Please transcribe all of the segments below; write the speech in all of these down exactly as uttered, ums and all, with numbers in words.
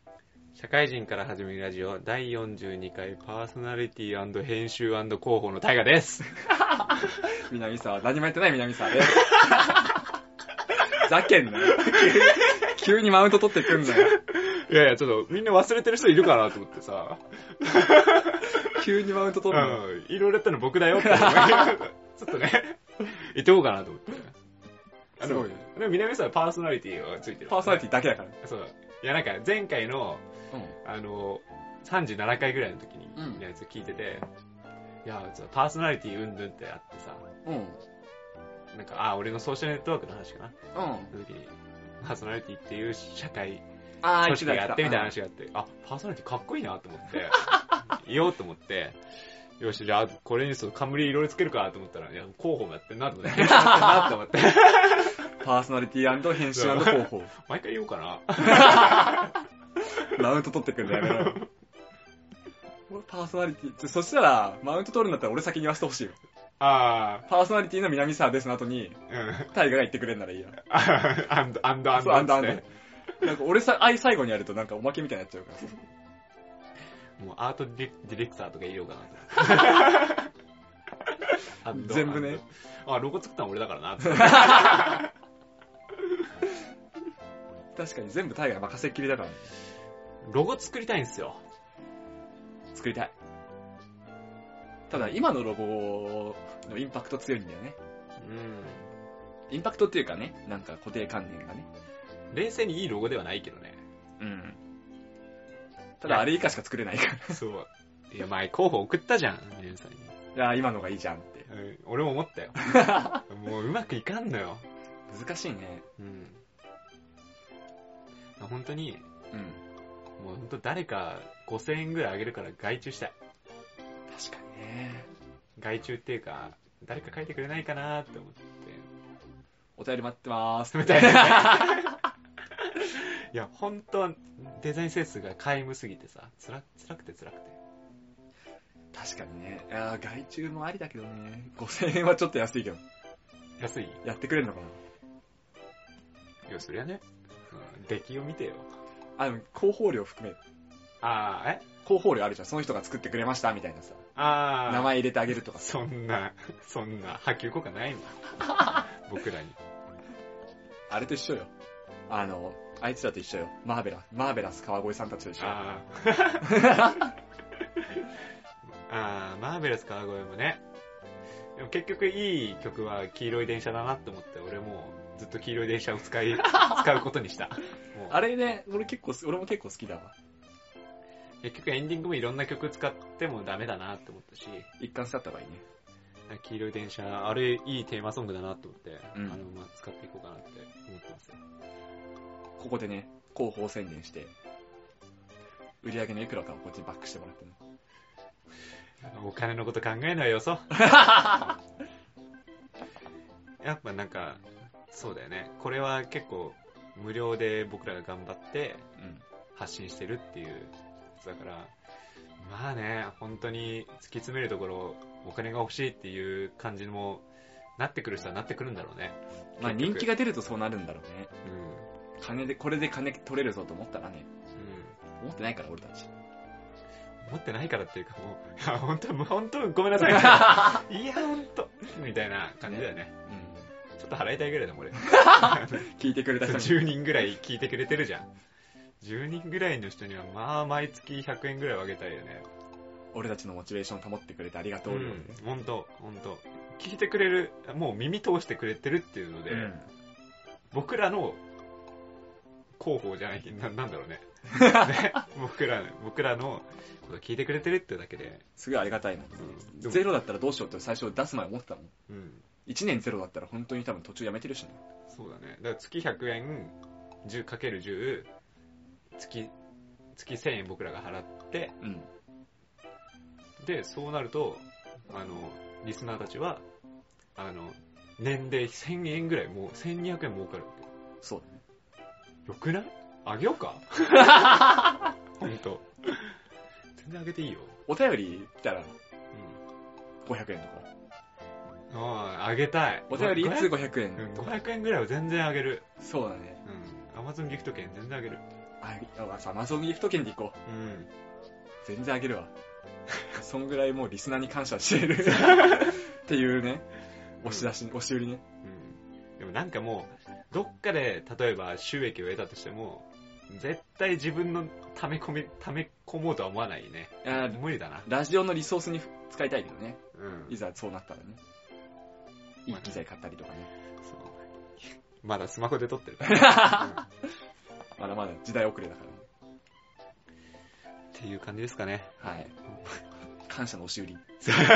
社会人から始めるラジオだいよんじゅうにかいパーソナリティ&編集&広報の大河です。 南沢、何もやってない南沢です。ざけんなよ。急にマウント取ってくんなよ。 いやいや、ちょっとみんな忘れてる人いるかなと思ってさ。 急にマウント取るの、 うん、いろいろやったの僕だよって思いちょっとね、言っておこうかなと思って。あすごいね。 でも南沢はパーソナリティがついてる、ね。 パーソナリティだけだから。 そう。いやなんか前回の、うん、あの、さんじゅうななかいぐらいの時に、うん、やつ聞いてて、いや、パーソナリティうんぬんってあってさ、うん、なんか、あ、俺のソーシャルネットワークの話かな。うん。その時に、パーソナリティっていう社会、組織があってみたいな話があって、あ、パーソナリティかっこいいなと思って、言おうと思って、よし、じゃあ、これにその冠いろいろつけるかと思ったら、いや、広報もやってんなと思って、編集もやってんなと思って。 パーソナリティ&編集&広報。 毎回言おうかな。 マウント取ってくんだよ、やめろ。パーソナリティ、そしたら、マウント取るんだったら俺先に言わせてほしいよ。ああ。パーソナリティの南沢ですの後に、うん、タイガが言ってくれるならいいよ。 アンド、アンド、アンド。 アンド、アンド。なんか俺さ、愛最後にやるとなんかおまけみたいになっちゃうから。 もうアートディレクターとか言おうかなと。 全部ね。 あ、ロゴ作ったの俺だからな。 確かに全部タイガー任せっきりだからね。 ロゴ作りたいんですよ。 作りたい。ただ今のロゴのインパクト強いんだよね。うん。インパクトっていうかね、なんか固定観念がね。 冷静にいいロゴではないけどね。うん。 ただあれ以下しか作れないから。 そう。いや、前候補送ったじゃん、皆さんに。いや、今のがいいじゃんって。 うん、俺も思ったよ。もううまくいかんのよ。 難しいね。うん。 本当に、うん。もう本当誰かごせんえんぐらいあげるから外注したい。 確かにね。 外注っていうか、誰か書いてくれないかなって思って。 お便り待ってまーす。みたいな。 いや、本当デザインセンスが皆無すぎてさ、つら、辛くて辛くて。 確かにね。いや外注もありだけどね。ごせんえんはちょっと安いけど。 安い？ やってくれるのかな？ いや、そりゃね。うん、出来を見てよ。 あ、でも広報料含める。 ああ、え広報料あるじゃん。その人が作ってくれましたみたいなさ。ああ。名前入れてあげるとか。 そんな、そんな波及効果ないの僕らに。あれと一緒よ。あの、あいつらと一緒よ。マーベラ、マーベラス川越さんたちと一緒よ。ああ、マーベラス川越もね。でも結局いい曲は黄色い電車だなって思って、俺もずっと黄色い電車を使い、使うことにした。もうあれね、俺結構、俺も結構好きだわ。 結局エンディングもいろんな曲使ってもダメだなって思ったし。 一貫してあった場合ね。 黄色い電車、あれいいテーマソングだなと思って、うん、あの、まあ、使っていこうかなって思ってますよ。 ここでね、広報宣伝して、売り上げのいくらかをこっちにバックしてもらってね。 お金のこと考えるのはよそ。やっぱなんか、そうだよね。これは結構無料で僕らが頑張って発信してるっていうやつだから、まあね、本当に突き詰めるところ、お金が欲しいっていう感じもなってくる人はなってくるんだろうね。 まあ人気が出るとそうなるんだろうね。うん。金で、これで金取れるぞと思ったらね。うん。思ってないから俺たち。 思ってないからっていうかもう、いや本当本当ごめんなさい。いや本当みたいな感じだよね。うん。ちょっと払いたいぐらいだもん俺。 聞いてくれた人に。 じゅうにんぐらい聞いてくれてるじゃん。じゅうにんぐらいの人にはまあ毎月ひゃくえんぐらいはあげたいよね。 俺たちのモチベーション保ってくれてありがとう。うん、 ほんと、ほんと。聞いてくれる、もう耳通してくれてるっていうので、うん、僕らの広報じゃない、な、なんだろうね。ね僕ら、僕らのこと聞いてくれてるってだけで。 すごいありがたいもん、うん。ゼロだったらどうしようって最初出す前思ってたもん。うん、いちねんゼロだったら本当に多分途中やめてるしね。 そうだね。だから月ひゃくえん、じゅうかけるじゅう、月、月せんえん僕らが払って、うん、で、そうなると、あの、リスナーたちは、あの、年でせんえんぐらい、もうせんにひゃくえん儲かるわけ。 そうだね。 よくないあげようかほんと。全然あげていいよ。 お便り来たら、うん、ごひゃくえんとか。 ああ、あげたい。 お便りいつごひゃくえんとか。ごひゃくえんぐらいは全然あげる。 そうだね。 うん。アマゾンギフト券全然あげる。 あ、さ、アマゾンギフト券で行こう。うん。全然あげるわ。そんぐらいもうリスナーに感謝してる。っていうね、押し出し、押し売りね。 うん。でもなんかもう、どっかで、例えば収益を得たとしても、絶対自分の溜め込み、溜め込もうとは思わないね。いや、無理だな。 ラジオのリソースに使いたいけどね。うん。いざそうなったらね。いい機材買ったりとかね。そう。 まだスマホで撮ってるから、ね。うん、まだまだ時代遅れだからね。 っていう感じですかね。 はい。感謝の押し売り。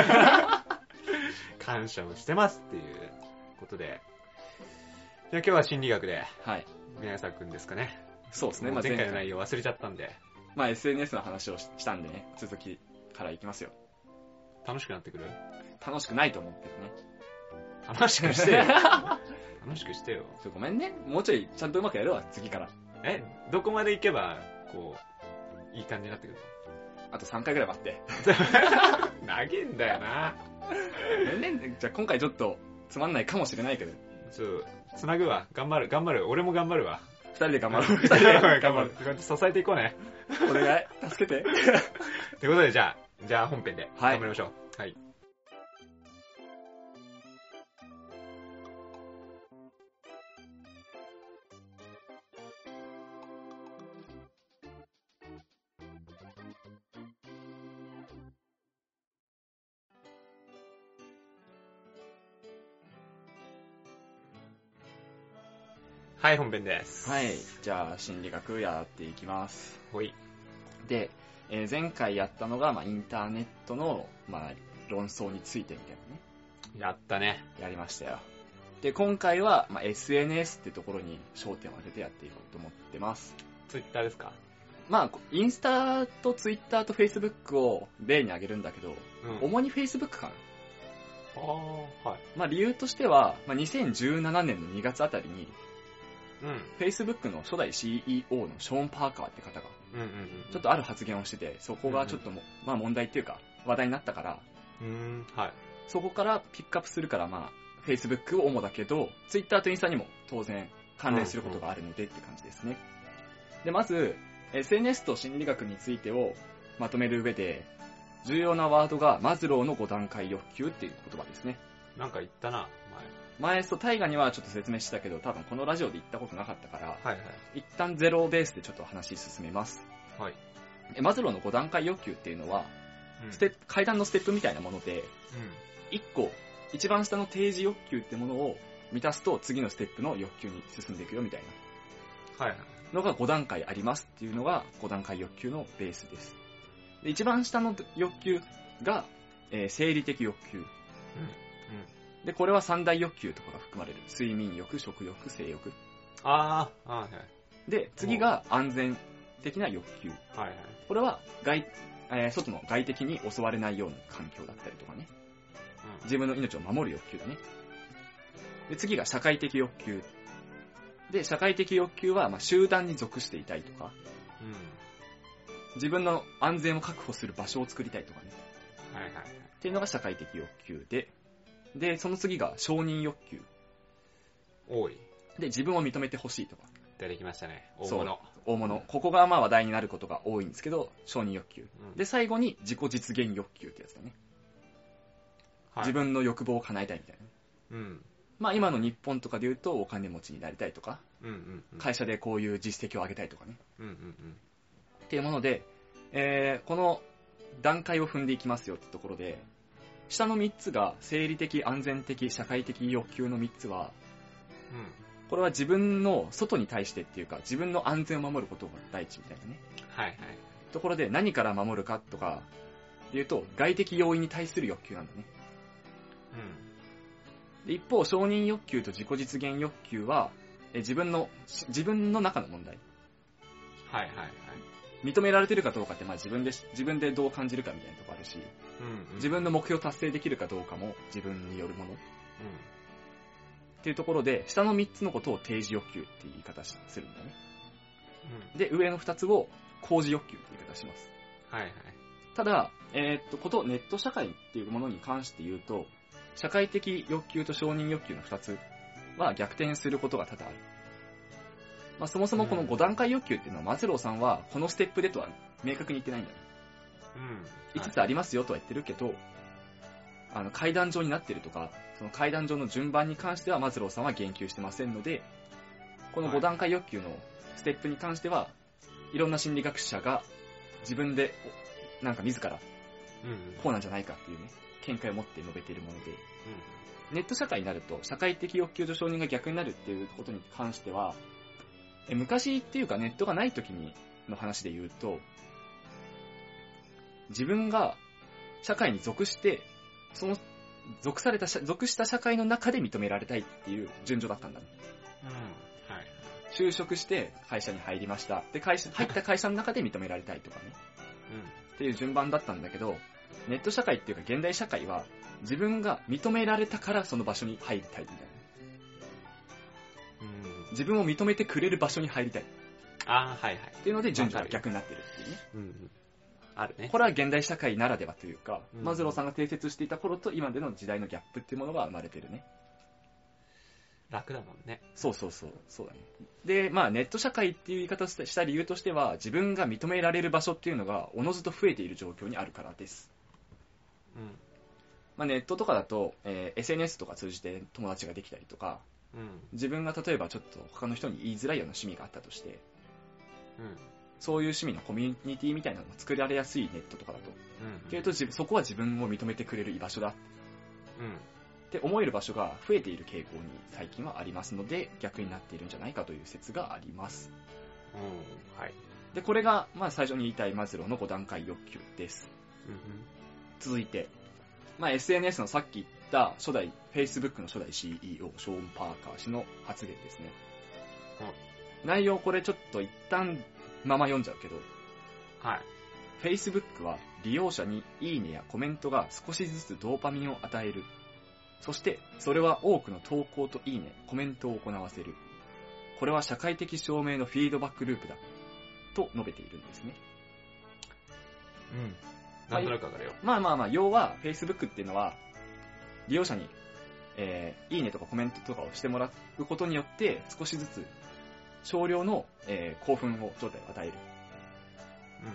感謝をしてますっていうことで。じゃあ今日は心理学で。はい。宮坂くんですかね。 そうですね。 まあ、前回の内容忘れちゃったんで。 まあ エスエヌエス の話をしたんでね、続きからいきますよ。 楽しくなってくる？ 楽しくないと思うけどね。 楽しくしてよ。楽しくしてよ。 ごめんね。もうちょいちゃんとうまくやるわ、次から。 え、どこまで行けば、こう、いい感じになってくるの？ あとさんかいぐらい待って。 長いんだよな。 ね、じゃあ今回ちょっとつまんないかもしれないけど。 ちょっと、つなぐわ。頑張る、頑張る。俺も頑張るわ。 二人で頑張ろう。 二人で頑張る。支えていこうね。 お願い。助けて。 ということで、じゃあ、じゃあ本編で頑張りましょう。はい。はいはい、本編です。 はい。じゃあ、心理学やっていきます。 ほい。 で、えー、前回やったのが、まあ、インターネットの、まあ、論争についてみたいなね。 やったね。 やりましたよ。で、今回は、まあ、エスエヌエス ってところに焦点を当ててやっていこうと思ってます。 ツイッターですか？ まあ、インスタとツイッターとフェイスブックを例に挙げるんだけど、うん、主にフェイスブックかな。 ああ、はい。 まあ、理由としては、まあ、にせんじゅうななねんのにがつあたりに、うん、Facebook の初代 シーイーオー のショーン・パーカーって方が、うんうんうん、ちょっとある発言をしてて、そこがちょっとも、うんうん、まあ問題っていうか、話題になったから、 うーん、はい、 そこからピックアップするから、まあ、Facebook を主だけど、Twitter とインスタにも当然関連することがあるのでって感じですね。うんうん、で、まず、エスエヌエス と心理学についてをまとめる上で、重要なワードがマズローのご段階欲求っていう言葉ですね。 なんか言ったな、 前、そう、大河にはちょっと説明したけど、多分このラジオで言ったことなかったから、 はいはい、 一旦ゼロベースでちょっと話進めます。 はい。 マズローのご段階欲求っていうのは、うん、ステップ、階段のステップみたいなもので、うん、いっこ、一番下の提示欲求ってものを満たすと、次のステップの欲求に進んでいくよみたいな。はいはい。のがご段階ありますっていうのがご段階欲求のベースです。で、一番下の欲求が、えー、生理的欲求。うん。うんで、これは三大欲求とかが含まれる。睡眠欲、食欲、性欲。 ああ、はいはい。 で、次が安全的な欲求。はいはい。これは外、えー、外の外敵に襲われないような環境だったりとかね。うん、自分の命を守る欲求だね。で、次が社会的欲求。で、社会的欲求は、まあ、集団に属していたいとか、うん、自分の安全を確保する場所を作りたいとかね。はいはい。っていうのが社会的欲求で、で、その次が承認欲求。 多い。 で、自分を認めてほしいとか。 出てきましたね。大物。 大物。ここがまあ話題になることが多いんですけど、承認欲求。うん、で、最後に自己実現欲求ってやつだね。はい、自分の欲望を叶えたいみたいな。うん。まあ今の日本とかで言うとお金持ちになりたいとか、うんうんうん、会社でこういう実績を上げたいとかね。うんうんうん、っていうもので、えー、この段階を踏んでいきますよってところで、下のみっつが生理的、安全的、社会的欲求のみっつは、うん、これは自分の外に対してっていうか、自分の安全を守ることが第一みたいなね。はいはい。ところで何から守るかとか、で言うと、外的要因に対する欲求なんだね。うん。で一方、承認欲求と自己実現欲求は、え自分の、自分の中の問題。はいはいはい。認められてるかどうかって、まあ自分で、自分でどう感じるかみたいなとこあるし、うんうん、自分の目標達成できるかどうかも自分によるもの。うん、っていうところで、下のみっつのことを提示欲求って言い方するんだね。うん、で、上のふたつを公示欲求って言い方します。はいはい。ただ、えー、っと、ことネット社会っていうものに関して言うと、社会的欲求と承認欲求のふたつは逆転することが多々ある。 まあ、そもそもこのご段階欲求っていうのは、マズローさんはこのステップでとは明確に言ってないんだよ。うん。いつつありますよとは言ってるけど、あの階段状になってるとか、その階段状の順番に関してはマズローさんは言及してませんので、このご段階欲求のステップに関しては、いろんな心理学者が自分でなんか自らこうなんじゃないかっていうね、見解を持って述べているもので、うん、ネット社会になると社会的欲求と承認が逆になるっていうことに関しては、え昔っていうかネットがない時にの話で言うと、自分が社会に属して、その属された属した社会の中で認められたいっていう順序だったんだね。うん、はい。就職して会社に入りました。で、会社入った会社の中で認められたいとかね。うん。っていう順番だったんだけど、ネット社会っていうか現代社会は自分が認められたからその場所に入りたいみたいな。うん。自分を認めてくれる場所に入りたい。 ああ、はいはい。 っていうので順序が逆になってるっていうね。うん。 あるね。 これは現代社会ならではというか、うん、マズローさんが定説していた頃と今での時代のギャップっていうものが生まれてるね。 楽だもんね。 そうそうそう、そうだね。で、まあネット社会っていう言い方をした理由としては、自分が認められる場所っていうのがおのずと増えている状況にあるからです。うん。まあネットとかだと、えー、エスエヌエス とか通じて友達ができたりとか、うん、自分が例えばちょっと他の人に言いづらいような趣味があったとして、うん。そういう趣味のコミュニティみたいなのが作られやすいネットとかだと。うん。けどそこは自分を認めてくれる居場所だ。うん。って思える場所が増えている傾向に最近はありますので、逆になっているんじゃないかという説があります。うん。はい。で、これが、まあ最初に言いたいマズローのご段階欲求です。うん。続いて、まあ エスエヌエス のさっき言った初代、Facebook の初代 シーイーオー、ショーン・パーカー氏の発言ですね。うん。内容これちょっと一旦、まま読んじゃうけど、はい。Facebook は利用者にいいねやコメントが少しずつドーパミンを与える。そしてそれは多くの投稿といいね、コメントを行わせる。これは社会的証明のフィードバックループだ。と述べているんですね。 うん。なんとなくわかるよ。 まあまあまあ、要は Facebook っていうのは利用者に、えー、いいねとかコメントとかをしてもらうことによって少しずつ少量の、えー、興奮を状態を与える、うんうん、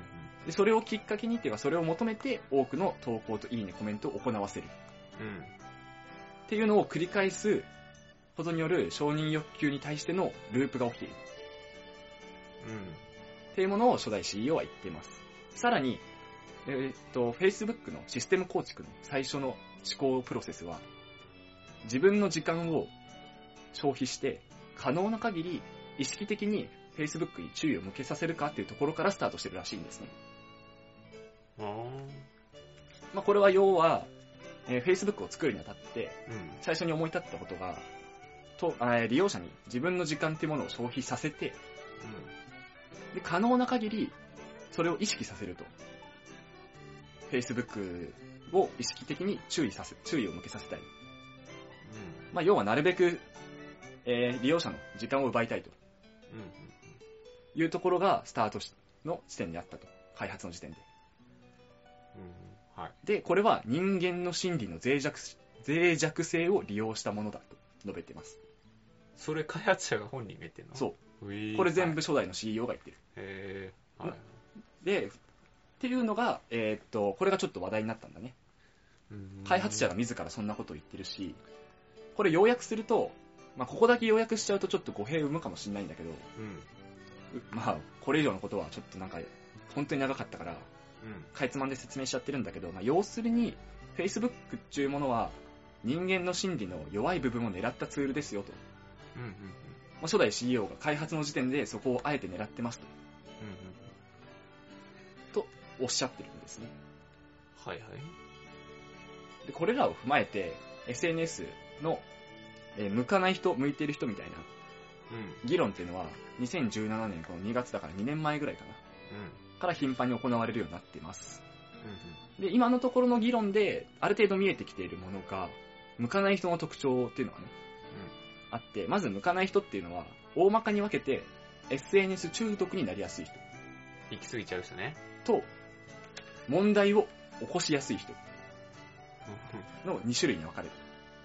でそれをきっかけにっていうかそれを求めて多くの投稿といいねコメントを行わせる、うん、っていうのを繰り返すことによる承認欲求に対してのループが起きている、うん、っていうものを初代 シーイーオー は言っています。さらに、えー、っと Facebook のシステム構築の最初の思考プロセスは自分の時間を消費して可能な限り意識的に Facebook に注意を向けさせるかっていうところからスタートしてるらしいんですね。あまあ、これは要は、えー、Facebook を作るにあたって、うん、最初に思い立ったことが、とえー、利用者に自分の時間っていうものを消費させて、うん、で可能な限りそれを意識させると。Facebook を意識的に注意させ、注意を向けさせたい。うん、まあ、要はなるべく、えー、利用者の時間を奪いたいと。いうところがスタートの時点であったと。開発の時点で。うんはい、で、これは人間の心理の脆弱、脆弱性を利用したものだと述べています。 それ開発者が本人が言ってるの？ そう。これ全部初代の シーイーオー が言ってる。へー。はい。で、っていうのが、えー、っと、これがちょっと話題になったんだね。開発者が自らそんなことを言ってるし、これ要約すると、まあ、ここだけ要約しちゃうとちょっと語弊を生むかもしれないんだけど、うん、まあ、これ以上のことはちょっとなんか、本当に長かったから、うん、かいつまんで説明しちゃってるんだけど、まあ、要するに、Facebook っていうものは、人間の心理の弱い部分を狙ったツールですよと。うんうんうんまあ、初代 シーイーオー が開発の時点でそこをあえて狙ってますと。うんうん、と、おっしゃってるんですね。はいはい。で、これらを踏まえて、エスエヌエス の、えー、向かない人、向いてる人みたいな、うん、議論っていうのは、にせんじゅうななねんこのにがつだからにねんまえぐらいかな。うん、から頻繁に行われるようになっています。うんうん、で、今のところの議論で、ある程度見えてきているものが、向かない人の特徴っていうのがね、うん、あって、まず向かない人っていうのは、大まかに分けて、エスエヌエス 中毒になりやすい人。 行き過ぎちゃう人ね。 と、問題を起こしやすい人。のに種類に分かれる。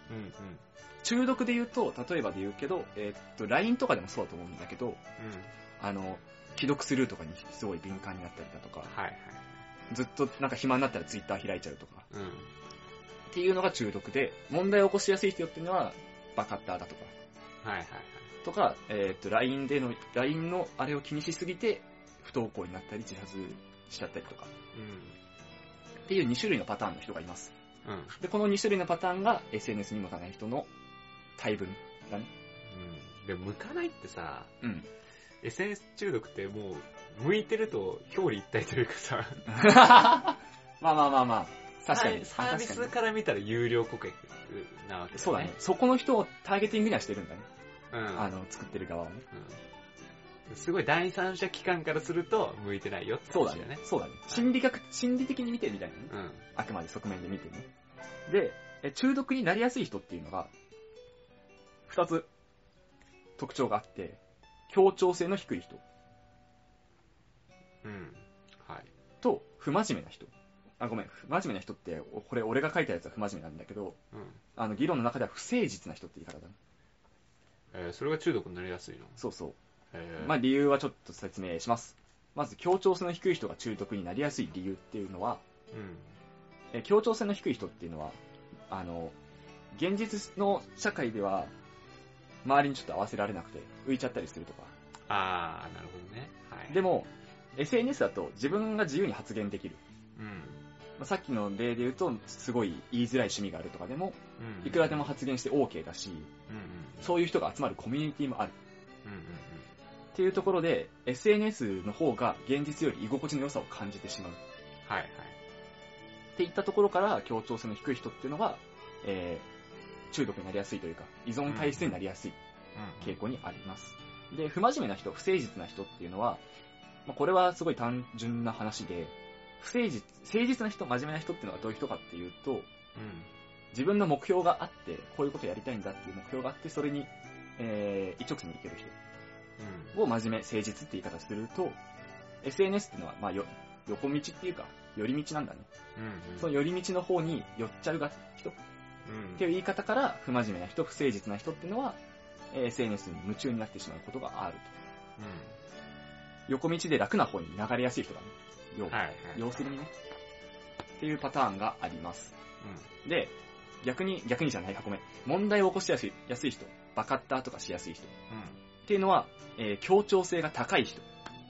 うんうん、中毒で言うと、例えばで言うけど、えー、っと、ライン とかでもそうだと思うんだけど、うん、あの、既読スルーとかにすごい敏感になったりだとか、はいはい、ずっとなんか暇になったらツイッター開いちゃうとか、うん、っていうのが中毒で、問題を起こしやすい人っていうのは、バカッターだとか、はいはいはい、とか、えー、っと、ライン での、ライン のあれを気にしすぎて、不登校になったり自発しちゃったりとか、うん、っていうに種類のパターンの人がいます。うん、で、このに種類のパターンが エスエヌエス に向かない人の大分だね。 うん。でも向かないってさ、うん、エスエヌエス 中毒ってもう、向いてると表裏一体というかさ、 まあまあまあまあ、確かに。 サービスから見たら有料顧客なわけだね。 そうだね。そこの人をターゲティングにはしてるんだね。うん。あの、作ってる側はね。 うん。すごい第三者機関からすると、向いてないよって話だよね。 そうだね。心理学、心理的に見てみたいなね。うん。あくまで側面で見てね。で、中毒になりやすい人っていうのが、二つ特徴があって、協調性の低い人。うん。はい。と、不真面目な人。あ、ごめん。不真面目な人って、これ俺が書いたやつは不真面目なんだけど、うん、あの、議論の中では不誠実な人って言い方だね。 えー、それが中毒になりやすいの？ そうそう。えー、まあ理由はちょっと説明します。まず、協調性の低い人が中毒になりやすい理由っていうのは、うん、えー、協調性の低い人っていうのは、あの、現実の社会では、周りにちょっと合わせられなくて、浮いちゃったりするとか。 あー、なるほどね。はい。 でも、エスエヌエス だと自分が自由に発言できる。うん。まあ、さっきの例で言うと、すごい言いづらい趣味があるとかでも、うん、いくらでも発言して OK だし、うんうん、そういう人が集まるコミュニティもある。うんうんうん、っていうところで、エスエヌエス の方が現実より居心地の良さを感じてしまう。はいはい。っていったところから、協調性の低い人っていうのが、えー、中毒になりやすいというか、依存体質になりやすい傾向にあります。で、不真面目な人、不誠実な人っていうのは、まあ、これはすごい単純な話で、不誠実、誠実な人、真面目な人っていうのはどういう人かっていうと、うん、自分の目標があって、こういうことやりたいんだっていう目標があって、それに、えー、一直線に行ける人を真面目、誠実って言い方すると、エスエヌエス っていうのは、まあ、よ、横道っていうか、寄り道なんだね。うんうん、その寄り道の方に寄っちゃうが人、うん、っていう言い方から、不真面目な人、不誠実な人っていうのは、エスエヌエス に夢中になってしまうことがあると。うん、横道で楽な方に流れやすい人だね。要, はいはい、要するにね。っていうパターンがあります。うん、で、逆に、逆にじゃないか、ごめん。問題を起こしやすい、やすい人、バカッターとかしやすい人。うん、っていうのは、えー、協調性が高い人。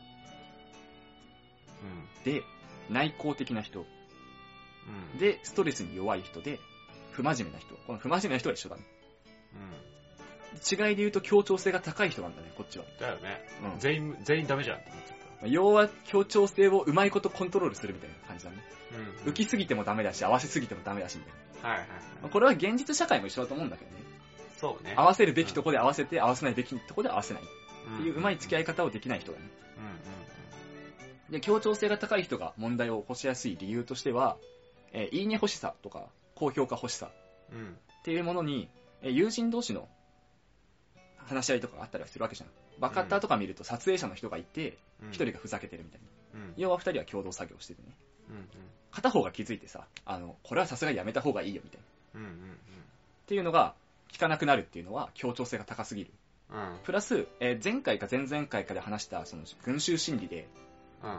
うん、で、内向的な人。うん、で、ストレスに弱い人で、不真面目な人。この不真面目な人は一緒だね。うん、違いで言うと協調性が高い人なんだね、こっちは。 だよね。うん、全員、全員ダメじゃんって思っちゃった。 要は協調性をうまいことコントロールするみたいな感じだね。うん、浮きすぎてもダメだし、合わせすぎてもダメだしみたいな。はいはいはい。これは現実社会も一緒だと思うんだけどね。 そうね。 合わせるべきとこで合わせて、うん、合わせないべきとこで合わせない。っていううまい付き合い方をできない人だね。うんうんうん、で、協調性が高い人が問題を起こしやすい理由としては、えー、いいね欲しさとか、高評価欲しさっていうものに、えー、友人同士の話し合いとかあったりはするわけじゃん。バカッターとか見ると撮影者の人がいて、一、うん、人がふざけてるみたいな。うん、要は二人は共同作業しててね。うんうん、片方が気づいてさ、あの、これはさすがにやめた方がいいよみたいな。うんうんうん、っていうのが、聞かなくなるっていうのは協調性が高すぎる。うん、プラス、えー、前回か前々回かで話したその群衆心理で、うん、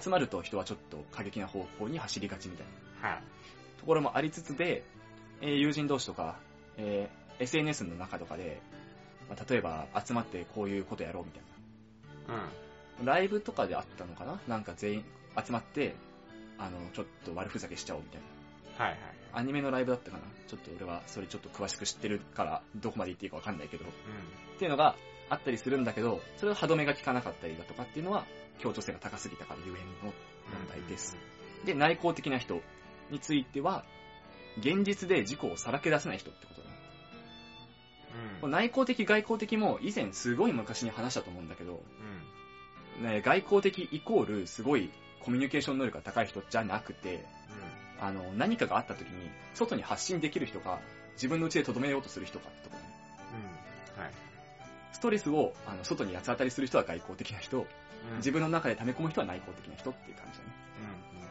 集まると人はちょっと過激な方向に走りがちみたいな、はい、ところもありつつで、えー、友人同士とか、えー、エスエヌエス の中とかで、まあ、例えば集まってこういうことやろうみたいな、うん、ライブとかであったのかな、なんか全員集まってあのちょっと悪ふざけしちゃおうみたいな、はいはい、アニメのライブだったかな、ちょっと俺はそれちょっと詳しく知ってるからどこまで言っていいかわかんないけど、うん、っていうのがあったりするんだけど、それを歯止めが効かなかったりだとかっていうのは協調性が高すぎたからゆえの問題です、うん、で、内向的な人については現実で自己をさらけ出せない人ってことだね、うん、内向的外向的も以前すごい昔に話したと思うんだけど、うんね、外向的イコールすごいコミュニケーション能力が高い人じゃなくて、うん、あの何かがあった時に外に発信できる人か自分の内で留めようとする人かってところ、ね、うんはい、ストレスをあの外に八つ当たりする人は外向的な人、うん、自分の中で溜め込む人は内向的な人っていう感じだね、うんうん、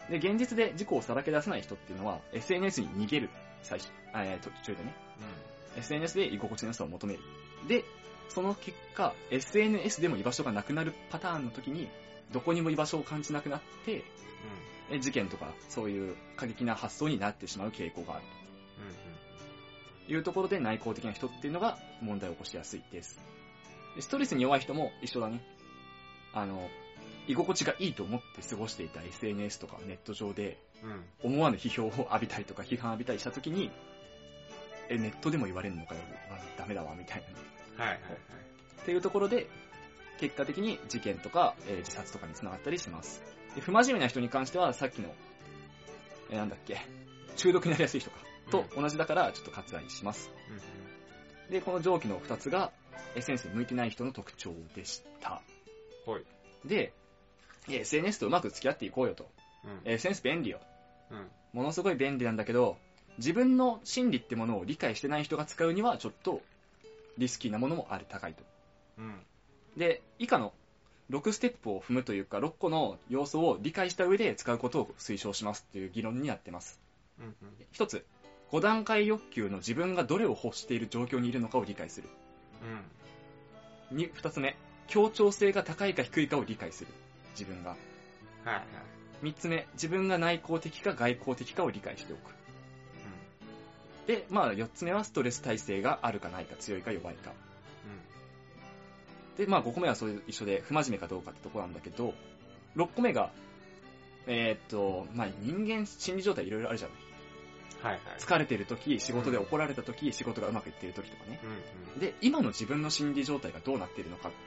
で、現実で自己をさらけ出せない人っていうのは エスエヌエス に逃げる、最初、えー、途中でね、うん。エスエヌエス で居心地の良さを求める。で、その結果、エスエヌエス でも居場所がなくなるパターンの時に、どこにも居場所を感じなくなって、うん、事件とかそういう過激な発想になってしまう傾向があると、うんうん、いうところで内向的な人っていうのが問題を起こしやすいです。でストレスに弱い人も一緒だね。あの、居心地がいいと思って過ごしていた エスエヌエス とかネット上で、思わぬ批評を浴びたりとか批判を浴びたりした時に、え、ネットでも言われるのかよ、ダメだわ、みたいな。はいはいはい。っていうところで、結果的に事件とか、えー、自殺とかに繋がったりします。で、不真面目な人に関しては、さっきの、えー、なんだっけ、中毒になりやすい人か、と同じだから、ちょっと割愛します。うん、で、この上記の二つが、エスエヌエス に向いてない人の特徴でした。はい。で、エスエヌエス とうまく付き合っていこうよと。うん、エスエヌエス 便利よ。うん。ものすごい便利なんだけど、自分の心理ってものを理解してない人が使うには、ちょっと、リスキーなものもある、高いと。うん。で、以下のろくステップを踏むというか、ろっこの要素を理解した上で使うことを推奨しますっていう議論になってます。うんうん、一つ、ご段階欲求の自分がどれを欲している状況にいるのかを理解する。うん、に二つ目、協調性が高いか低いかを理解する。自分が。はいはい。三つ目、自分が内向的か外向的かを理解しておく。うん、で、まあ四つ目はストレス耐性があるかないか、強いか弱いか。で、まあごこめはそういう一緒で不真面目かどうかってとこなんだけど、ろっこめが、えー、っと、まあ人間心理状態いろいろあるじゃない。はいはい。疲れてる時、仕事で怒られた時、うん、仕事がうまくいってる時とかね。うんうん、で、今の自分の心理状態がどうなっているのか。うん。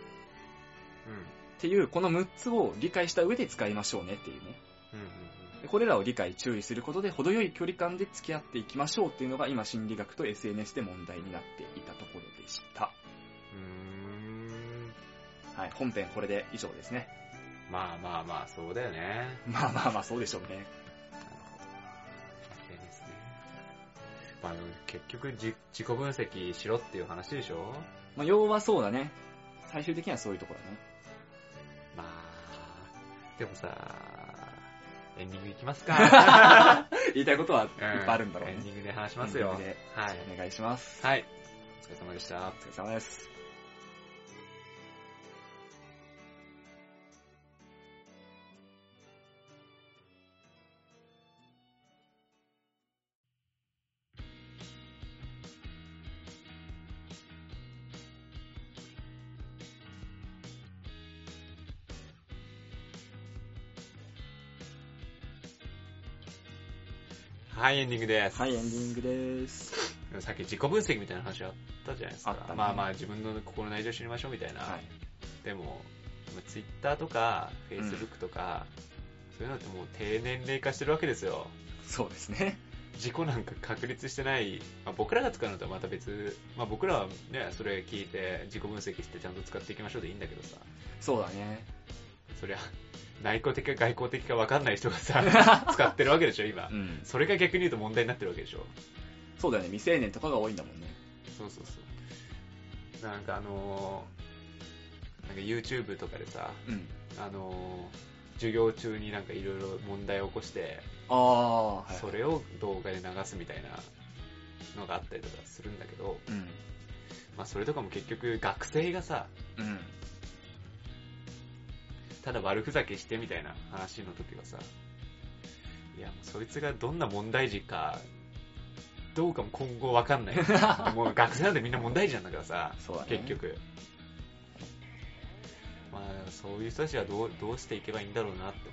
っていう、このむっつを理解した上で使いましょうねっていうね。うんうんうん、でこれらを理解、注意することで程よい距離感で付き合っていきましょうっていうのが今心理学と エスエヌエス で問題になっていたところでした。はい、本編これで以上ですね。 まあまあまあ、そうだよね。 まあまあまあ、そうでしょうね。なるほど。いいですね。まあ、結局自、自己分析しろっていう話でしょ？ まあ、要はそうだね。最終的にはそういうところだね。 まあ、でもさ、エンディングいきますか。 言いたいことはいっぱいあるんだろうね。 エンディングで話しますよ。 エンディングで、はい。お願いします。 はい。お疲れ様でした。 お疲れ様です。 はい、エンディングです。 はい、エンディングです。 さっき自己分析みたいな話あったじゃないですか。ね、まあまあ自分の心の内情を知りましょうみたいな。はい、でも、ツイッターとか、フェイスブックとか、うん、そういうのってもう低年齢化してるわけですよ。 そうですね。 自己なんか確立してない、まあ、僕らが使うのとはまた別、まあ僕らはね、それ聞いて自己分析してちゃんと使っていきましょうでいいんだけどさ。 そうだね。 そりゃ、内向的か外向的か分かんない人がさ、使ってるわけでしょ、今、うん。それが逆に言うと問題になってるわけでしょ。 そうだよね、未成年とかが多いんだもんね。 そうそうそう。なんかあのー、なんか YouTube とかでさ、うん、あのー、授業中になんかいろいろ問題を起こして、あー、はい、それを動画で流すみたいなのがあったりとかするんだけど、うん、まあそれとかも結局学生がさ、うん、ただ悪ふざけしてみたいな話の時はさ、いやもうそいつがどんな問題児かどうかも今後わかんない。もう学生なんてみんな問題児なんだからさ、そうだね、結局。まあそういう人たちはどうどうしていけばいいんだろうなって思って。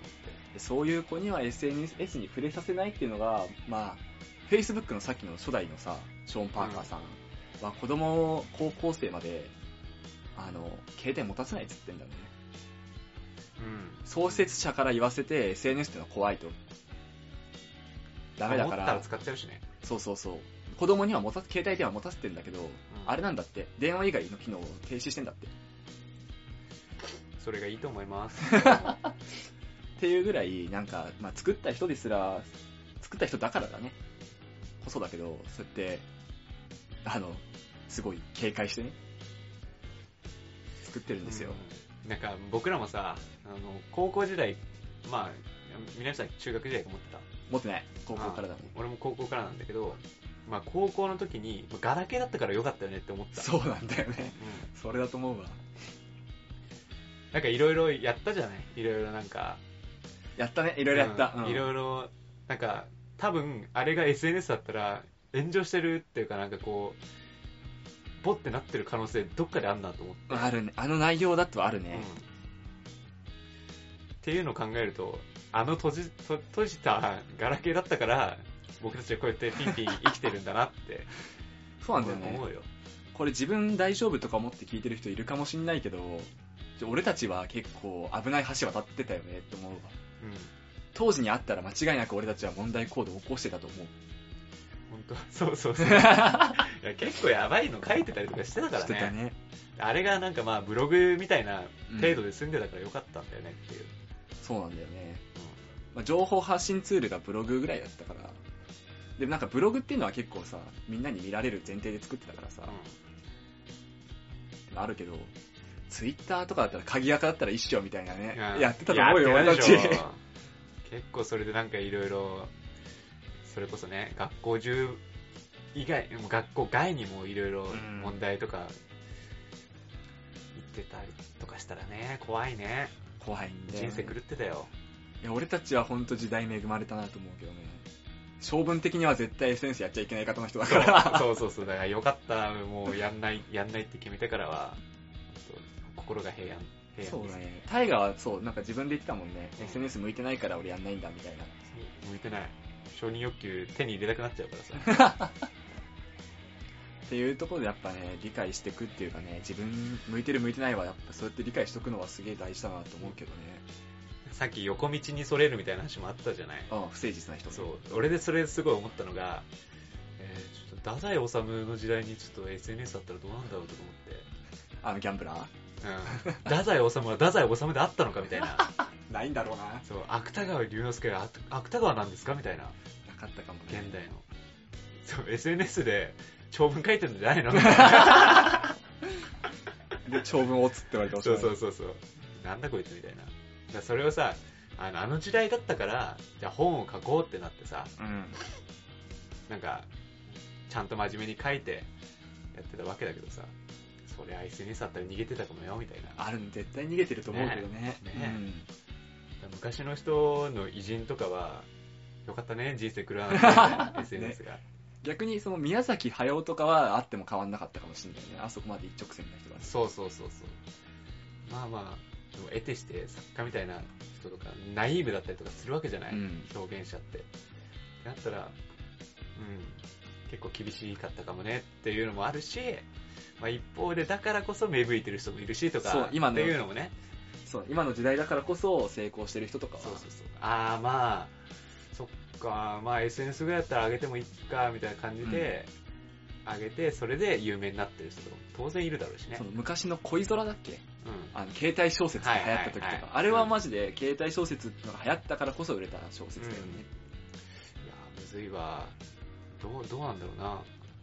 そういう子には エスエヌエス に触れさせないっていうのが、まあ Facebook のさっきの初代のさショーン・パーカーさんは、うん、子供を高校生まであの携帯持たせないっつってんだよね。うん、創設者から言わせて エスエヌエス ってのは怖いと。ダメだから。 持ったら使っちゃうしね。 そうそうそう。子供には持た携帯電話持たせてんだけど、うん、あれなんだって。電話以外の機能を停止してんだって。 それがいいと思います。 っていうぐらい、なんか、まあ、作った人ですら、作った人だからだね。こそだけど、そうやって、あの、すごい警戒してね。作ってるんですよ。 うん、なんか僕らもさ、あの高校時代、まあ皆さん中学時代持ってた？ 持ってない。高校からだね。 俺も高校からなんだけど、まあ高校の時に、ガラケーだったからよかったよねって思った。 そうなんだよね。うん、それだと思うわ。 なんかいろいろやったじゃない？いろいろなんか。 やったね、いろいろやった。 いろいろ、なんか、多分、あれが エスエヌエス だったら、炎上してるっていうかなんかこう、ボってなってる可能性どっかであんなと思って。 あるね。あの内容だとあるね。うん、 っていうのを考えると、あの閉じ、閉じたガラケーだったから、僕たちはこうやってピンピン生きてるんだなって。 そうなんだよね。思うよ。これ自分大丈夫とか思って聞いてる人いるかもしんないけど、俺たちは結構危ない橋渡ってたよねって思うわ。うん、当時にあったら間違いなく俺たちは問題行動を起こしてたと思う。 本当そうそうそう。いや結構やばいの書いてたりとかしてたからね。 してたね。 あれがなんかまあブログみたいな程度で済んでたからよかったんだよねっていう。うん、 そうなんだよね。うんまあ、情報発信ツールがブログぐらいだったから。でもなんかブログっていうのは結構さ、みんなに見られる前提で作ってたからさ。うん、あるけど、ツイッターとかだったら鍵垢だったら一緒みたいなね、うん、やってたと思うよ俺たち。 結構それでなんかいろいろそれこそね学校中以外学校外にもいろいろ問題とか言ってたりとかしたらね怖いね。 怖いんで人生狂ってたよ。 いや俺たちは本当時代恵まれたなと思うけどね。性分的には絶対 エスエヌエス やっちゃいけない方の人だからそうそうそうだからよかったもうやんないやんないって決めてからは心が平安。平安そうだね。タイガーはそう、なんか自分で言ってたもんね。エスエヌエス 向いてないから俺やんないんだみたいな。 向いてない。承認欲求手に入れたくなっちゃうからさ。 っていうところでやっぱね、理解していくっていうかね、自分向いてる向いてないはやっぱそうやって理解しとくのはすげえ大事だなと思うけどね。 さっき横道にそれるみたいな話もあったじゃない。 ああ、不誠実な人。 そう。俺でそれすごい思ったのが、えー、ちょっと太宰治の時代にちょっと エスエヌエス だったらどうなんだろうと思って。 あのギャンブラーうん、太宰治は太宰治であったのかみたいな。 ないんだろうな。 そう、芥川龍之介が芥川なんですかみたいな。 なかったかもね。 現代の。そう、エスエヌエス で長文書いてるんじゃないのみたいな。 で、長文をつって言われてました、 ね。そうそうそうそう。なんだこいつみたいな。だそれをさ、あの、あの時代だったから、じゃあ本を書こうってなってさ、うん、なんか、ちゃんと真面目に書いてやってたわけだけどさ、そりゃ エスエヌエス だったら逃げてたかもよみたいな。 あるの絶対逃げてると思うけどね。ねね、 うん、昔の人の偉人とかはよかったね人生狂わなくて、エスエヌエス が。 逆にその宮崎駿とかはあっても変わんなかったかもしれないね。あそこまで一直線な人が。 そうそうそうそう。まあまあでも得てして作家みたいな人とかナイーブだったりとかするわけじゃない、うん、表現者ってだったら、うん、結構厳しかったかもねっていうのもあるし、まあ、一方でだからこそ芽吹いてる人もいるしとかそう今のっていうのもね、 そう今の時代だからこそ成功してる人とかはそうそうそうああまあそっかまあ エスエヌエス ぐらいだったら上げてもいいかみたいな感じで、うん、上げてそれで有名になってる人とかも当然いるだろうしね。 その昔の恋空だっけ、うん、あの携帯小説が流行った時とか、はいはいはい、あれはマジで携帯小説が流行ったからこそ売れた小説だよね、うん、いやむずいわどうどうなんだろうな。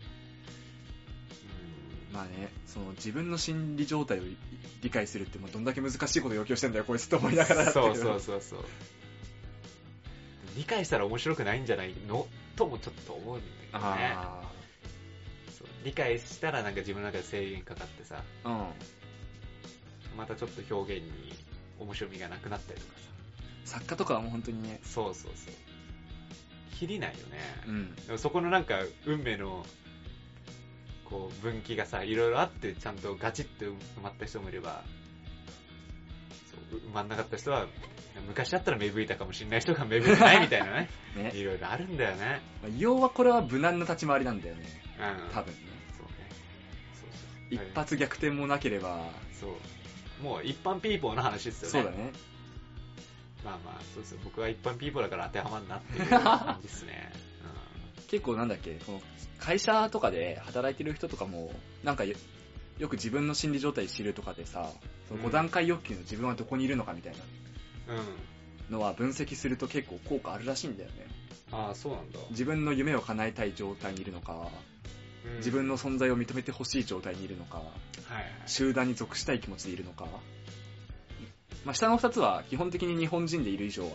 まあね、その自分の心理状態を理解するってもうどんだけ難しいことを要求してんだよこいつと思いながらそうそうそうそう理解したら面白くないんじゃないのともちょっと思うんだけどね。あそう理解したらなんか自分の中で制限かかってさ、うん、またちょっと表現に面白みがなくなったりとかさ作家とかはもう本当にねそうそうそう切りないよね、うん、でもそこのなんか運命のこう分岐がさいろいろあってちゃんとガチッと埋まった人もいればそう埋まんなかった人は昔だったら芽吹いたかもしれない人が芽吹いてないみたいなねねいろいろあるんだよね。 要はこれは無難な立ち回りなんだよね、うん、多分ねそうねそうそう一発逆転もなければそうもう一般ピーポーの話ですよね。 そうだねまあまあそうですよ僕は一般ピーポーだから当てはまるなっていう感じですね、 うん、結構なんだっけこの会社とかで働いてる人とかもなんか よ, よく自分の心理状態知るとかでさそのご段階欲求の自分はどこにいるのかみたいなのは分析すると結構効果あるらしいんだよね。 ああそうなんだ。 自分の夢を叶えたい状態にいるのか、うん、自分の存在を認めてほしい状態にいるのか、はいはい、集団に属したい気持ちでいるのか、まあ、下のふたつは基本的に日本人でいる以上は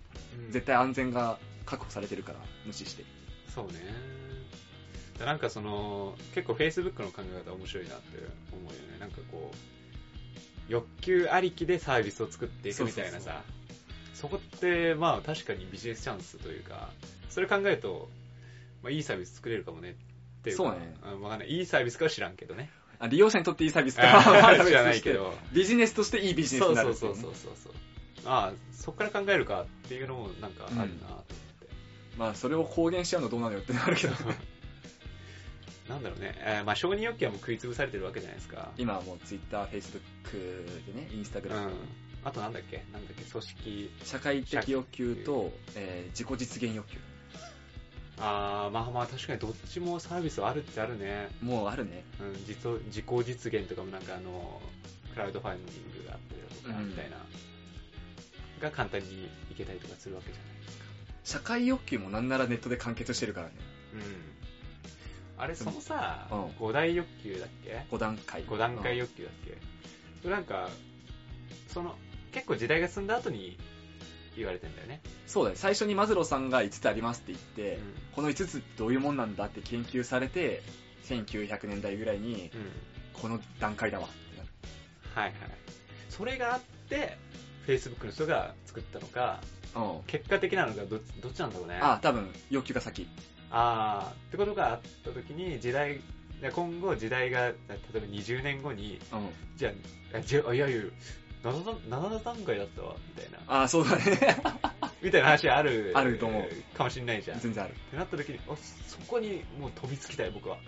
うん、絶対安全が確保されてるから無視して。 そうね。なんかその結構 Facebook の考え方面白いなって思うよね。なんかこう欲求ありきでサービスを作っていくみたいなさ、そうそうそう、そこってまあ確かにビジネスチャンスというか、それ考えると、まあ、いいサービス作れるかもねっていうか、 そうね、 あ、わかんない、いいサービスかは知らんけどね。 あ、利用者にとっていいサービスかは知らないけど、 ビジネスとしていいビジネスになるっていう、ね、 そうそうそうそうそう。ああ、そこから考えるかっていうのもなんかあるなと思って、 うん、まあそれを公言しちゃうのどうなのよってなるけどなんだろうね、えー、まあ承認欲求はもう食いつぶされてるわけじゃないですか。 今はもう Twitter、Facebook でね、Instagram、うん、 あとなんだっけなんだっけ組織社会的欲求と、えー、自己実現欲求。 あー、まあまあ確かにどっちもサービスはあるってあるね。 もうあるね。 うん、自己実現とかもなんかあのクラウドファンディングがあったりだとかみたいな、うん、が簡単にいけたりとかするわけじゃないですか。 社会欲求もなんならネットで完結してるからね。 うん。あれそのさ、うん、ご大欲求だっけ ? ご 段階。 ご段階欲求だっけ、うん、なんか、その、結構時代が進んだ後に言われてんだよね。 そうだね。最初にマズローさんがいつつありますって言って、うん、このいつつどういうもんなんだって研究されて、せんきゅうひゃくねんだいぐらいに、うん、この段階だわってなる。 はいはい。それがあって、Facebook の人が作ったのか、うん、結果的なのか ど, どっちなんだろうね。 ああ、多分欲求が先。 ああ、ってことがあった時に時代、今後時代が例えばにじゅうねんごに、うん、じゃあ、じゃあいやいやなな段階だったわみたいな。 ああ、そうだねみたいな話あるあると思うかもしれないじゃん。 全然あるってなった時に、そこにもう飛びつきたい僕は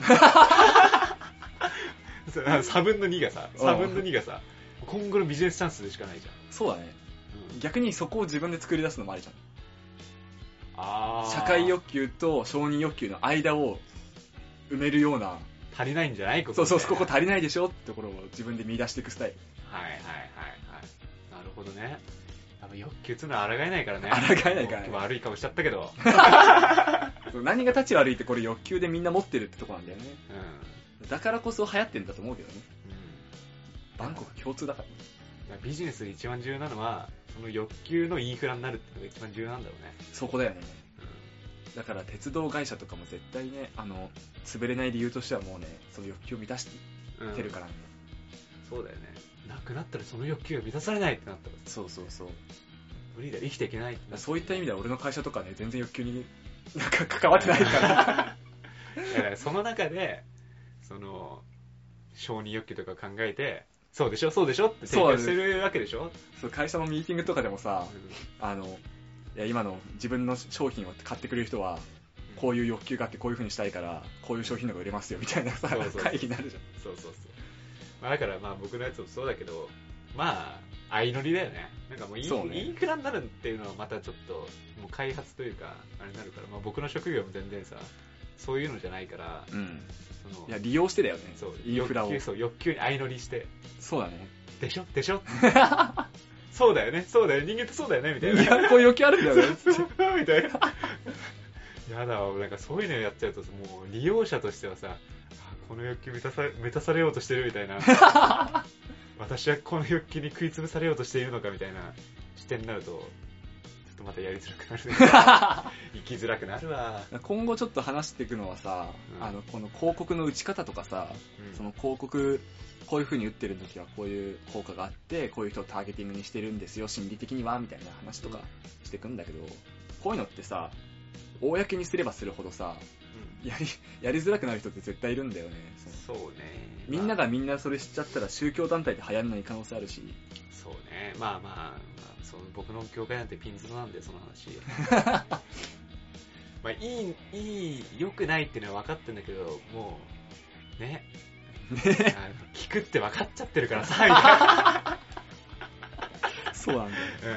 さんぶんのにがささんぶんのにがさ今後のビジネスチャンスでしかないじゃん。 そうだね、うん、逆にそこを自分で作り出すのもありじゃん。 あ、 社会欲求と承認欲求の間を埋めるような。 足りないんじゃないここ、 ね、そうそう、ここ足りないでしょってところを自分で見出していくスタイル。 はいはいはいはい。なるほどね。多分欲求っていうのは抗えないからね。 抗えないからね。 悪い顔しちゃったけど何が立ち悪いってこれ欲求でみんな持ってるってとこなんだよね、うん、だからこそ流行ってんだと思うけどね、うん、バンコク共通だからね。 ビジネスで一番重要なのはその欲求のインフラになるっていうのが一番重要なんだろうね。 そこだよね、うん、だから鉄道会社とかも絶対ね、あの潰れない理由としてはもうね、その欲求を満たしてるからね、 うん、そうだよね。なくなったらその欲求が満たされないってなったら、 そうそうそう、 無理だよ、生きていけないって。 そういった意味では俺の会社とかね、全然欲求になんか関わってないからだからその中でその承認欲求とか考えて、そうでしょそうでしょって提供してるわけでしょ。 そう、会社のミーティングとかでもさ、うん、あのいや今の自分の商品を買ってくれる人はこういう欲求があってこういう風にしたいからこういう商品のが売れますよみたいなさ、そうそうそう、会議になるじゃん。 そうそうそう、まあ、だからまあ僕のやつもそうだけど、まあ相乗りだよね。なんかもうイン、ね、インフラになるっていうのはまたちょっともう開発というかあれになるから、まあ、僕の職業も全然さそういうのじゃないから、うん、 そのいや利用してだよね。 そう、インフラを、欲求、そう、欲求に相乗りして、 そうだね、 でしょでしょそうだよね、そうだよ、人間ってそうだよねみたいな。 いやこういう欲求あるんだよねみたいな。やだわ、なんかそういうのやっちゃうともう利用者としてはさ、この欲求満たさ満たされようとしてるみたいな私はこの欲求に食いつぶされようとしているのかみたいな視点になるとちょっとまたやりづらくなるね生きづらくなるわ。 今後ちょっと話していくのはさ、うん、あのこの広告の打ち方とかさ、うん、その広告こういう風に打ってる時はこういう効果があってこういう人をターゲティングにしてるんですよ心理的にはみたいな話とかしていくんだけど、うん、こういうのってさ公にすればするほどさ、うん、やりやりづらくなる人って絶対いるんだよね。 そうね、 みんながみんなそれ知っちゃったら宗教団体で流行らない可能性あるし。 そうね、まあまあ、まあ、その僕の教会なんてピンズロなんでその話まあいいいい良くないっていうのは分かってるんだけど、もうねねあの聞くって分かっちゃってるからさみたいなそうなんだよ、 うん、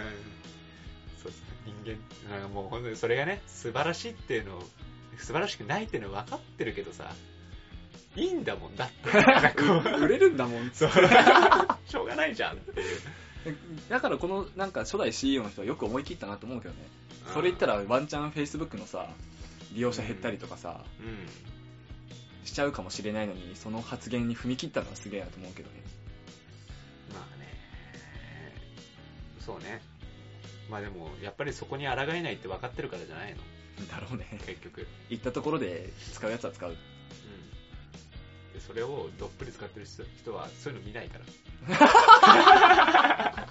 そう人間なんかもう本当にそれがね素晴らしいっていうのを素晴らしくないっていうのは分かってるけどさ、いいんだもんだって売れるんだもんそうしょうがないじゃんっていう。 だからこのなんか初代 シーイーオー の人はよく思い切ったなと思うけどね。それ言ったらワンチャン Facebook のさ利用者減ったりとかさ、うんうん、しちゃうかもしれないのにその発言に踏み切ったのはすげえなと思うけどね。 まあね、そうね。 まあでもやっぱりそこに抗えないって分かってるからじゃないの。 だろうね。 結局行ったところで使うやつは使う。うん。 でそれをどっぷり使ってる人はそういうの見ないから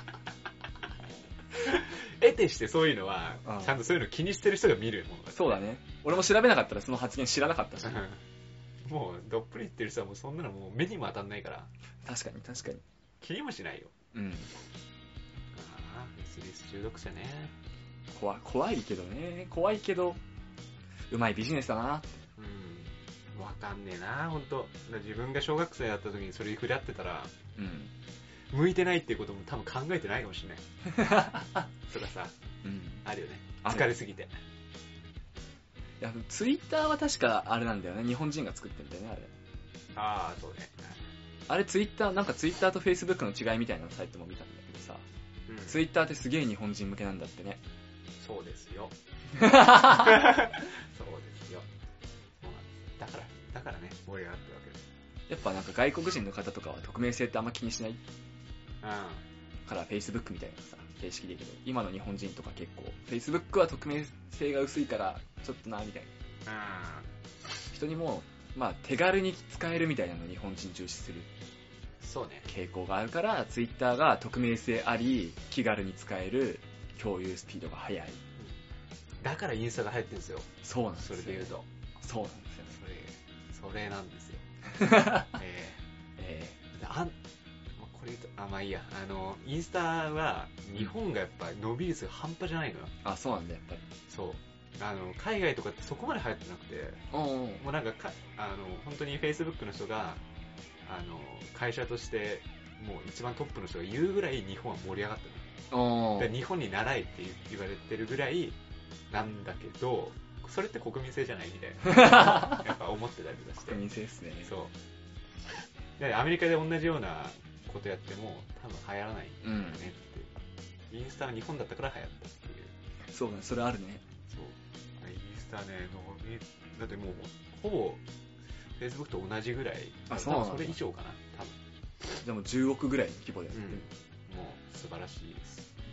得てしてそういうのはちゃんとそういうの気にしてる人が見るものだ、ね、 そうだね。俺も調べなかったらその発言知らなかったしもうどっぷり言ってる人はもうそんなのもう目にも当たんないから。 確かに確かに気にもしないよ。うん。ああ エスエヌエス 中毒者ね。 怖怖いけどね。怖いけどうまいビジネスだな。 うん。わかんねえなほんと。自分が小学生だった時にそれに触れ合ってたら、うん、向いてないっていうことも多分考えてないかもしれないそれはさ、うん、あるよね。疲れすぎて。 いやツイッターは確かあれなんだよね。日本人が作ってんだよねあれ。 ああそうね。 あれツイッターなんかツイッターとフェイスブックの違いみたいなサイトも見たんだけどさ、うん、ツイッターってすげえ日本人向けなんだってね。 そうですよそうですよ。だからだからね盛り上がってるわけです。 やっぱなんか外国人の方とかは匿名性ってあんま気にしない、うん、から Facebook みたいなさ形式でいいけど、今の日本人とか結構 Facebook は匿名性が薄いからちょっとなみたいな、うん、人にもまあ手軽に使えるみたいなのを日本人重視するそうね傾向があるから、Twitter が匿名性あり気軽に使える、共有スピードが速い、うん、 だからインスタが流行ってるんですよ。 そうなんですよ。 それで言うとそうなんですよね。 それそれなんですよえー、えー、あんこれ言うとあまあいいや、あのインスタは日本がやっぱ伸び率が半端じゃないのよ。 あ、そうなんだやっぱり。 そうあの海外とかってそこまで流行ってなくて、おうおうもうなんかかあの本当に Facebook の人があの会社としてもう一番トップの人が言うぐらい日本は盛り上がってるの。で日本に習いって言われてるぐらいなんだけど、それって国民性じゃないみたいなやっぱ思ってたりとかして。 国民性ですね。 そうでアメリカで同じようなことやっても多分流行らないんだよねっていう、うん、インスタは日本だったから流行ったっていう。 そうだね、それあるね。 そうインスタね伸びだってもうほぼ Facebook と同じぐらい。 あ、そうなんだ。 それ以上かな多分。 でもじゅうおくぐらいの規模でやってる、 うん、もう素晴らしいです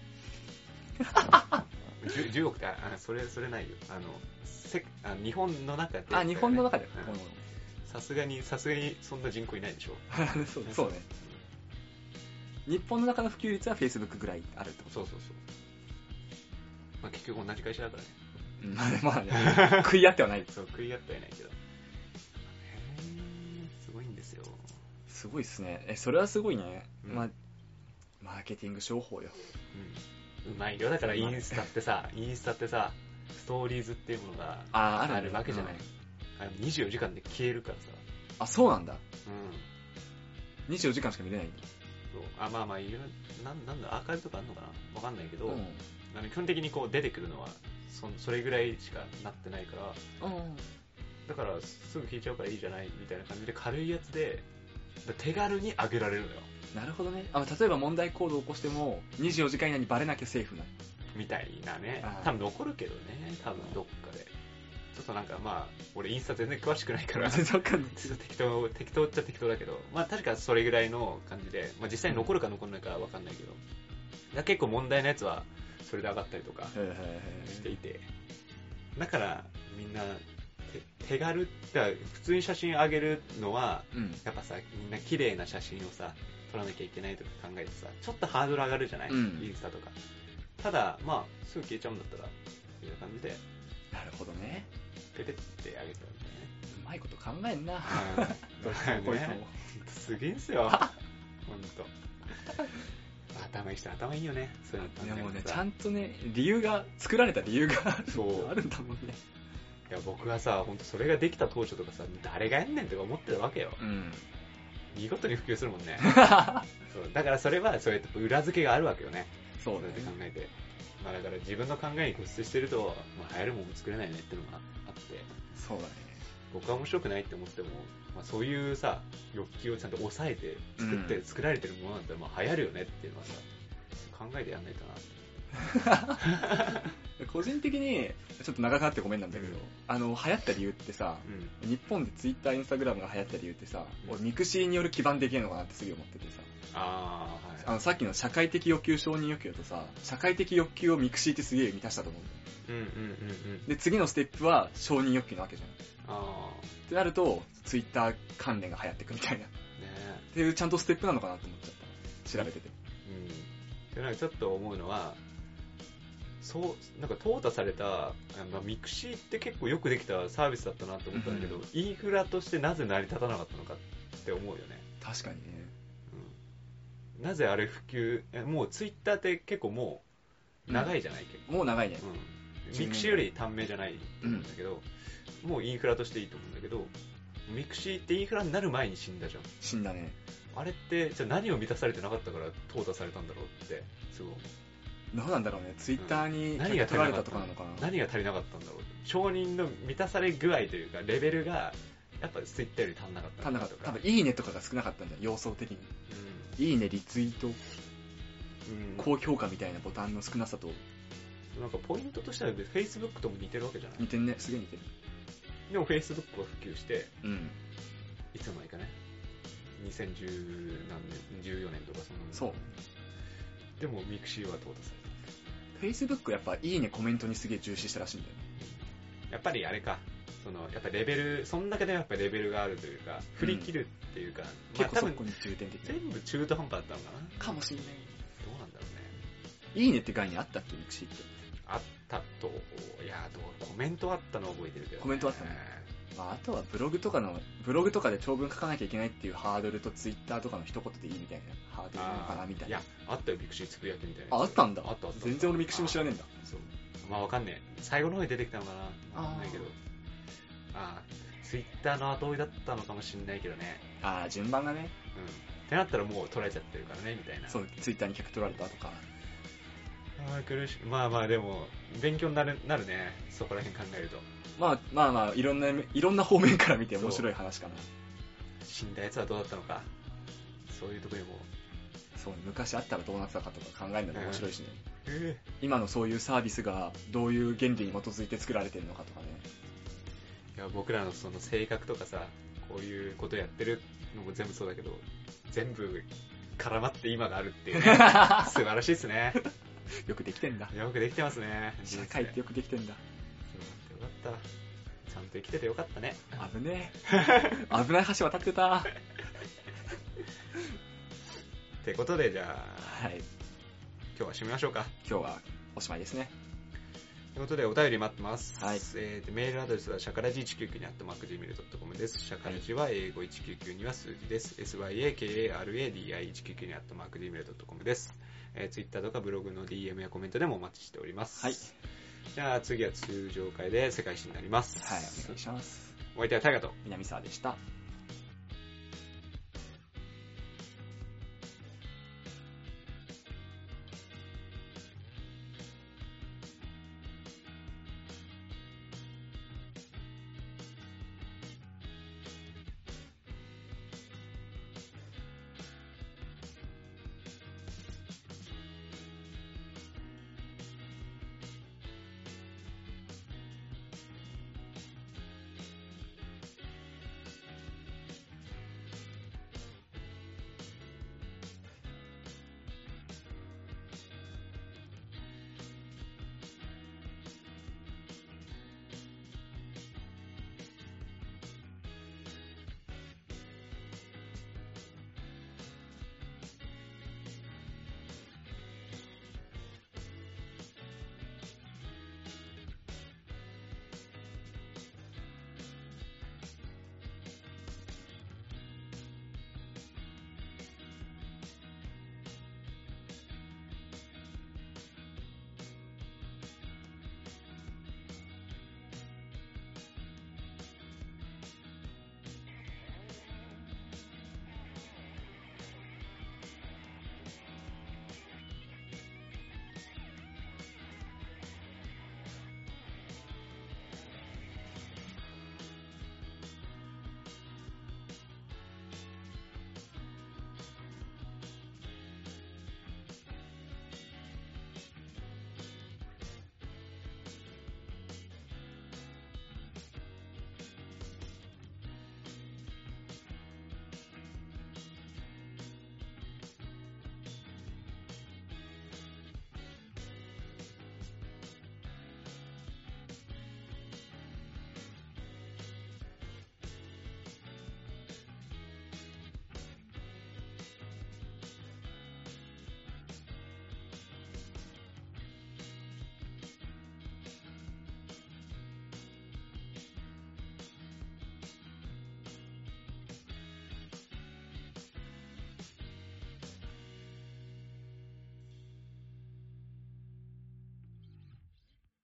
10, じゅうおくってあそれそれないよ。あのせあ日本の中で、ね、 あ日本の中でさすがにさすがにそんな人口いないでしょそう, そうね、うん、日本の中の普及率は Facebook ぐらいあるってこと。 そうそうそう、まあ、結局同じ会社だからね、 うん、まあね、まあね食い合ってはないそう食い合ってはないけど、へーすごいんですよ。 すごいっすね。えそれはすごいね、うん、まあマーケティング商法よ、 うん、うまいよ。だからインスタってさインスタってさストーリーズっていうものがあるわけじゃない。あれにじゅうよじかんで消えるからさ。 あ、そうなんだ。うん。にじゅうよじかんしか見れないんだ。 そう。あ、まあまあ、いる、なん、なんだ、アーカイブとかあんのかなわかんないけど、うん、あの基本的にこう出てくるのはそ、それぐらいしかなってないから、うん、だからすぐ消えちゃうからいいじゃないみたいな感じで軽いやつで、手軽に上げられるのよ。 なるほどね。あ、例えば問題行動を起こしてもにじゅうよじかん以内にバレなきゃセーフな。 みたいなね。多分残るけどね。多分どっかで。ちょっとなんかまあ俺インスタ全然詳しくないから全然わかんない。 適当適当っちゃ適当だけど、まあ確かそれぐらいの感じで、まあ実際に残るか残らないかはわかんないけど、だ結構問題なやつはそれで上がったりとかしていて、だからみんな手軽だ普通に写真上げるのは、うん、やっぱさみんな綺麗な写真をさ撮らなきゃいけないとか考えてさちょっとハードル上がるじゃない、うん、インスタとか。ただまあすぐ消えちゃうんだったらっていう感じで。 なるほどね。 ペペってあげちゃうんだね。 うまいこと考えんな。 どうしたのこいつも。すげえんすよ。ほんと。頭いい人頭いいよね。そういうの。 いやもうねちゃんとね理由が作られた理由がそうあるんだもんね。 いや僕はさほんとそれができた当初とかさ誰がやんねんとか思ってるわけよ。うん。見事に普及するもんね。そうだからそれはそうやって裏付けがあるわけよね。そうだね。そうやって考えて。まあだから自分の考えに固執してると、まあ、流行るものも作れないねっていうのがあって。 そうだね。僕は面白くないって思っても、まあ、そういうさ欲求をちゃんと抑えて作って、うん、作られてるものなんてまあ流行るよねっていうのはさ考えてやんないとな。 個人的にちょっと長くなってごめんなんだけど、うん、あの流行った理由ってさ、うん、日本でツイッター、インスタグラムが流行った理由ってさ、うん、俺ミクシーによる基盤できるのかなってすげえ思っててさ。 ああ、はい。 あの、さっきの社会的欲求、承認欲求だとさ、社会的欲求をミクシーってすげえ満たしたと思うんだよ。 うんうんうんうん。 で、次のステップは承認欲求なわけじゃん。 ああ。 ってなると、ツイッター関連が流行ってくみたいな。ねっていうちゃんとステップなのかなと思っちゃった。調べてて。 うん。で、なんかちょっと思うのは、そう、なんか淘汰された、まあ、ミクシーって結構よくできたサービスだったなと思ったんだけど、うん、インフラとしてなぜ成り立たなかったのかって思うよね。 確かにね。 うん、なぜあれ普及、もうツイッターって結構もう長いじゃない、うん、結構。 もう長いね。 うん。ミクシーより短命じゃないと思うんだけど、うん、もうインフラとしていいと思うんだけど、ミクシーってインフラになる前に死んだじゃん。 死んだね。 あれって、じゃあ何を満たされてなかったから淘汰されたんだろうって、すごい。 どうなんだろうね、ツイッターに何が取られたとかなのかな。 何が足りなかったんだろう。承認の満たされ具合というか、レベルが、やっぱツイッターより足んなかった。 足んなかった。多分、いいねとかが少なかったんだよ、要素的に。うん、いいね、リツイート、うん、高評価みたいなボタンの少なさと。 なんかポイントとしては、Facebook とも似てるわけじゃない？ 似てんね、すげえ似てる。 でも Facebook は普及して、 うん、 いつの間にかね、にせんじゅうなんねん、じゅうよねんとかそんなの。 そう。 でもミクシーは淘汰された。 Facebook やっぱいいねコメントにすげえ重視したらしいんだよね。 やっぱりあれか、そのやっぱレベル、その中でやっぱレベルがあるというか、振り切るっていうか、うん、 結構そこに重点的。 全部中途半端だったのかな。 かもしれない。 どうなんだろうね。いいねって概念あったっけ、ミクシーって。 あったと、いやどうコメントあったの覚えてるけど、ね。 コメントあったね。まあ、あとはブログとかの、ブログとかで長文書かなきゃいけないっていうハードルとツイッターとかの一言でいいみたいなハードルなのかなみたいな。 いや、あったよ、ミクシーつぶやきみたいな。 あ、あったんだ。 あったあった。 全然俺ミクシーも知らねえんだ。 そう。まあわかんねえ。最後の方に出てきたのかなわかんないけど。ああ、ツイッターの後追いだったのかもしんないけどね。 ああ、順番がね。 うん。ってなったらもう取られちゃってるからね、みたいな。 そう、ツイッターに客取られたとか。 ああ、苦しい。まあまあでも、勉強になる、なるね。そこら辺考えると。 まあまあまあ、いろんな、いろんな方面から見て面白い話かな。 死んだやつはどうだったのか。そういうところにも。 そう、昔あったらどうなってたかとか考えるのも面白いしね。 えー、 今のそういうサービスがどういう原理に基づいて作られてるのかとかね。 いや、僕らのその性格とかさ、こういうことやってるのも全部そうだけど、全部絡まって今があるっていうね。素晴らしいですね。 よくできてんだ。 よくできてますね。 社会ってよくできてんだ。 よかった。ちゃんと生きててよかったね。 危ねえ。危ない橋渡ってた。 ってことで、じゃあ、はい、今日は締めましょうか。 今日はおしまいですね。 ということで、お便り待ってます。 はい。 えー、メールアドレスはシャカラジいちきゅうきゅうに アットマークジーメールドットコム です。シャカラジは英語いちきゅうきゅうには数字です。エスワイエーケーエーアールエーディーアイいちきゅうきゅうに アットマークジーメールドットコム です。えー、Twitter とかブログの ディーエム やコメントでもお待ちしております。 はい。 じゃあ次は通常回で世界史になります。 はい、お願いします。 お相手はタイガと南沢でした。